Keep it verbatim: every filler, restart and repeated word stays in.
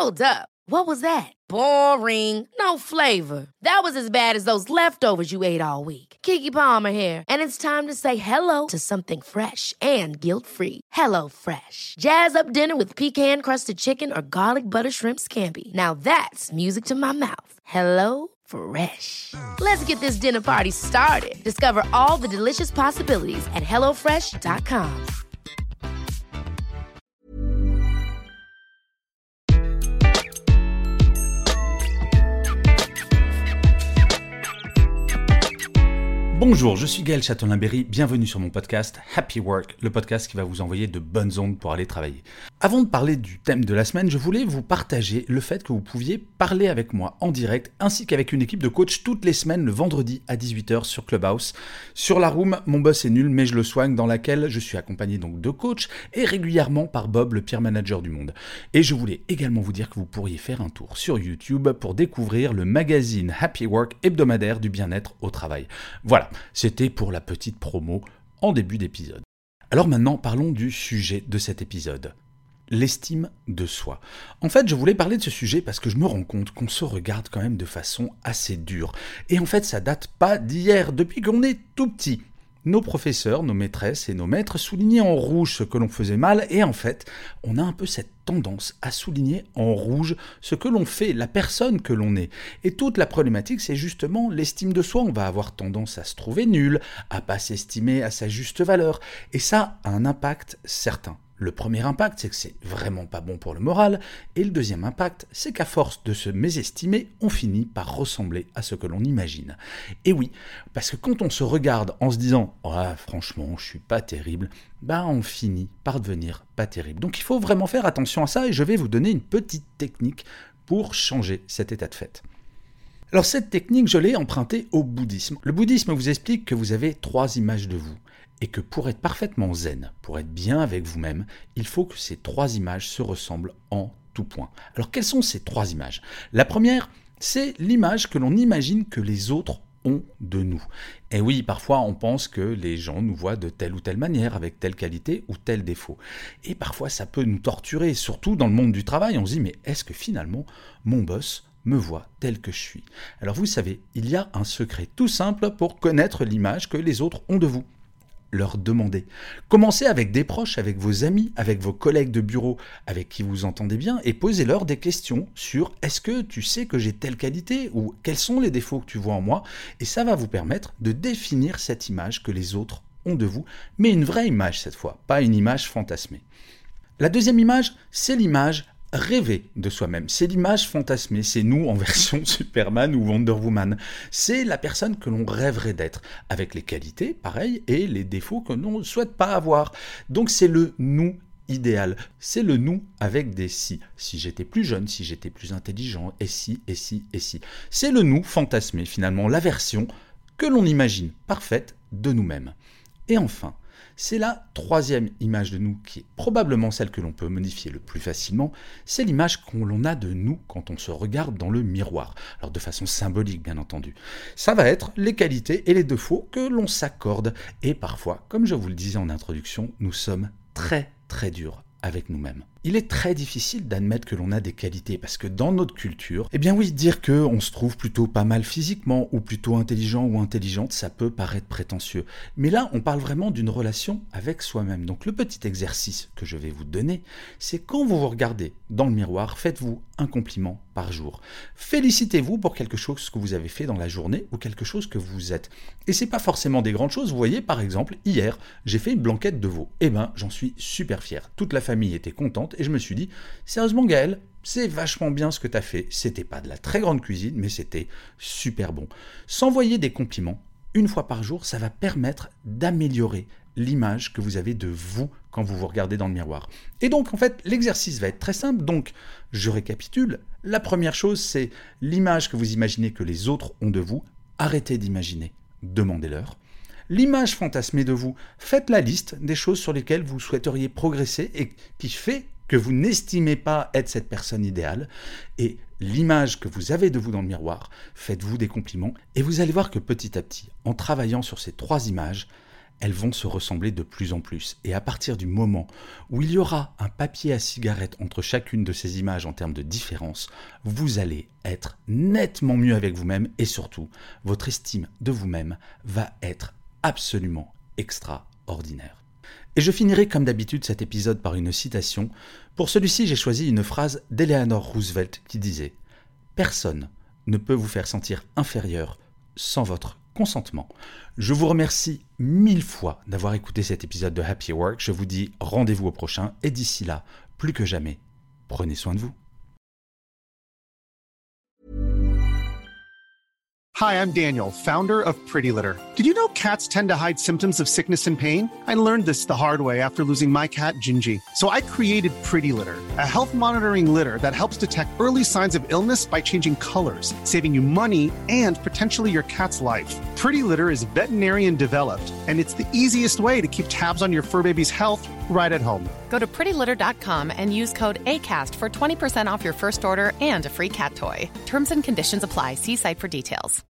Hold up. What was that? Boring. No flavor. That was as bad as those leftovers you ate all week. Keke Palmer here, and it's time to say hello to something fresh and guilt-free. Hello Fresh. Jazz up dinner with pecan-crusted chicken or garlic butter shrimp scampi. Now that's music to my mouth. Hello Fresh. Let's get this dinner party started. Discover all the delicious possibilities at hello fresh dot com. Bonjour, je suis Gaël Châtelain-Berry, bienvenue sur mon podcast Happy Work, le podcast qui va vous envoyer de bonnes ondes pour aller travailler. Avant de parler du thème de la semaine, je voulais vous partager le fait que vous pouviez parler avec moi en direct, ainsi qu'avec une équipe de coachs toutes les semaines le vendredi à dix-huit heures sur Clubhouse. Sur la room, mon boss est nul mais je le soigne, dans laquelle je suis accompagné donc de coachs et régulièrement par Bob, le pire manager du monde. Et je voulais également vous dire que vous pourriez faire un tour sur YouTube pour découvrir le magazine Happy Work hebdomadaire du bien-être au travail. Voilà. C'était pour la petite promo en début d'épisode. Alors maintenant, parlons du sujet de cet épisode. L'estime de soi. En fait, je voulais parler de ce sujet parce que je me rends compte qu'on se regarde quand même de façon assez dure. Et en fait, ça date pas d'hier, depuis qu'on est tout petit. Nos professeurs, nos maîtresses et nos maîtres soulignaient en rouge ce que l'on faisait mal et en fait, on a un peu cette tendance à souligner en rouge ce que l'on fait, la personne que l'on est. Et toute la problématique, c'est justement l'estime de soi. On va avoir tendance à se trouver nul, à pas s'estimer à sa juste valeur. Et ça a un impact certain. Le premier impact, c'est que c'est vraiment pas bon pour le moral, et le deuxième impact, c'est qu'à force de se mésestimer, on finit par ressembler à ce que l'on imagine. Et oui, parce que quand on se regarde en se disant « Ah, franchement, je suis pas terrible », bah on finit par devenir pas terrible. Donc il faut vraiment faire attention à ça, et je vais vous donner une petite technique pour changer cet état de fait. Alors cette technique, je l'ai empruntée au bouddhisme. Le bouddhisme vous explique que vous avez trois images de vous. Et que pour être parfaitement zen, pour être bien avec vous-même, il faut que ces trois images se ressemblent en tout point. Alors quelles sont ces trois images ? La première, c'est l'image que l'on imagine que les autres ont de nous. Et oui, parfois on pense que les gens nous voient de telle ou telle manière, avec telle qualité ou tel défaut. Et parfois ça peut nous torturer, surtout dans le monde du travail. On se dit, mais est-ce que finalement mon boss me voit tel que je suis ? Alors vous savez, il y a un secret tout simple pour connaître l'image que les autres ont de vous. Leur demander. Commencez avec des proches, avec vos amis, avec vos collègues de bureau, avec qui vous entendez bien, et posez-leur des questions sur « Est-ce que tu sais que j'ai telle qualité ?» ou « Quels sont les défauts que tu vois en moi ?» Et ça va vous permettre de définir cette image que les autres ont de vous, mais une vraie image cette fois, pas une image fantasmée. La deuxième image, c'est l'image rêver de soi-même. C'est l'image fantasmée, c'est nous en version Superman ou Wonder Woman. C'est la personne que l'on rêverait d'être, avec les qualités, pareil, et les défauts que l'on ne souhaite pas avoir. Donc c'est le nous idéal. C'est le nous avec des si. Si j'étais plus jeune, si j'étais plus intelligent, et si, et si, et si. C'est le nous fantasmé, finalement, la version que l'on imagine parfaite de nous-mêmes. Et enfin, c'est la troisième image de nous qui est probablement celle que l'on peut modifier le plus facilement, c'est l'image qu'on a de nous quand on se regarde dans le miroir. Alors de façon symbolique bien entendu. Ça va être les qualités et les défauts que l'on s'accorde et parfois, comme je vous le disais en introduction, nous sommes très très durs avec nous-mêmes. Il est très difficile d'admettre que l'on a des qualités parce que dans notre culture, eh bien oui, dire qu'on se trouve plutôt pas mal physiquement ou plutôt intelligent ou intelligente, ça peut paraître prétentieux. Mais là, on parle vraiment d'une relation avec soi-même. Donc le petit exercice que je vais vous donner, c'est quand vous vous regardez dans le miroir, faites-vous un compliment par jour. Félicitez-vous pour quelque chose que vous avez fait dans la journée ou quelque chose que vous êtes. Et c'est pas forcément des grandes choses. Vous voyez, par exemple, hier, j'ai fait une blanquette de veau. Eh ben, j'en suis super fier. Toute la famille était contente. Et je me suis dit, sérieusement Gaël, c'est vachement bien ce que tu as fait. C'était pas de la très grande cuisine, mais c'était super bon. S'envoyer des compliments une fois par jour, ça va permettre d'améliorer l'image que vous avez de vous quand vous vous regardez dans le miroir. Et donc, en fait, l'exercice va être très simple. Donc, je récapitule. La première chose, c'est l'image que vous imaginez que les autres ont de vous. Arrêtez d'imaginer. Demandez-leur. L'image fantasmée de vous, faites la liste des choses sur lesquelles vous souhaiteriez progresser et qui fait que vous n'estimez pas être cette personne idéale. Et l'image que vous avez de vous dans le miroir, faites-vous des compliments et vous allez voir que petit à petit, en travaillant sur ces trois images, elles vont se ressembler de plus en plus. Et à partir du moment où il y aura un papier à cigarette entre chacune de ces images en termes de différence, vous allez être nettement mieux avec vous-même et surtout, votre estime de vous-même va être absolument extraordinaire. Et je finirai comme d'habitude cet épisode par une citation. Pour celui-ci, j'ai choisi une phrase d'Eleanor Roosevelt qui disait « Personne ne peut vous faire sentir inférieur sans votre consentement ». Je vous remercie mille fois d'avoir écouté cet épisode de Happy Work. Je vous dis rendez-vous au prochain et d'ici là, plus que jamais, prenez soin de vous. Hi, I'm Daniel, founder of Pretty Litter. Did you know cats tend to hide symptoms of sickness and pain? I learned this the hard way after losing my cat, Gingy. So I created Pretty Litter, a health monitoring litter that helps detect early signs of illness by changing colors, saving you money and potentially your cat's life. Pretty Litter is veterinarian developed, and it's the easiest way to keep tabs on your fur baby's health right at home. Go to pretty litter dot com and use code ACAST for twenty percent off your first order and a free cat toy. Terms and conditions apply. See site for details.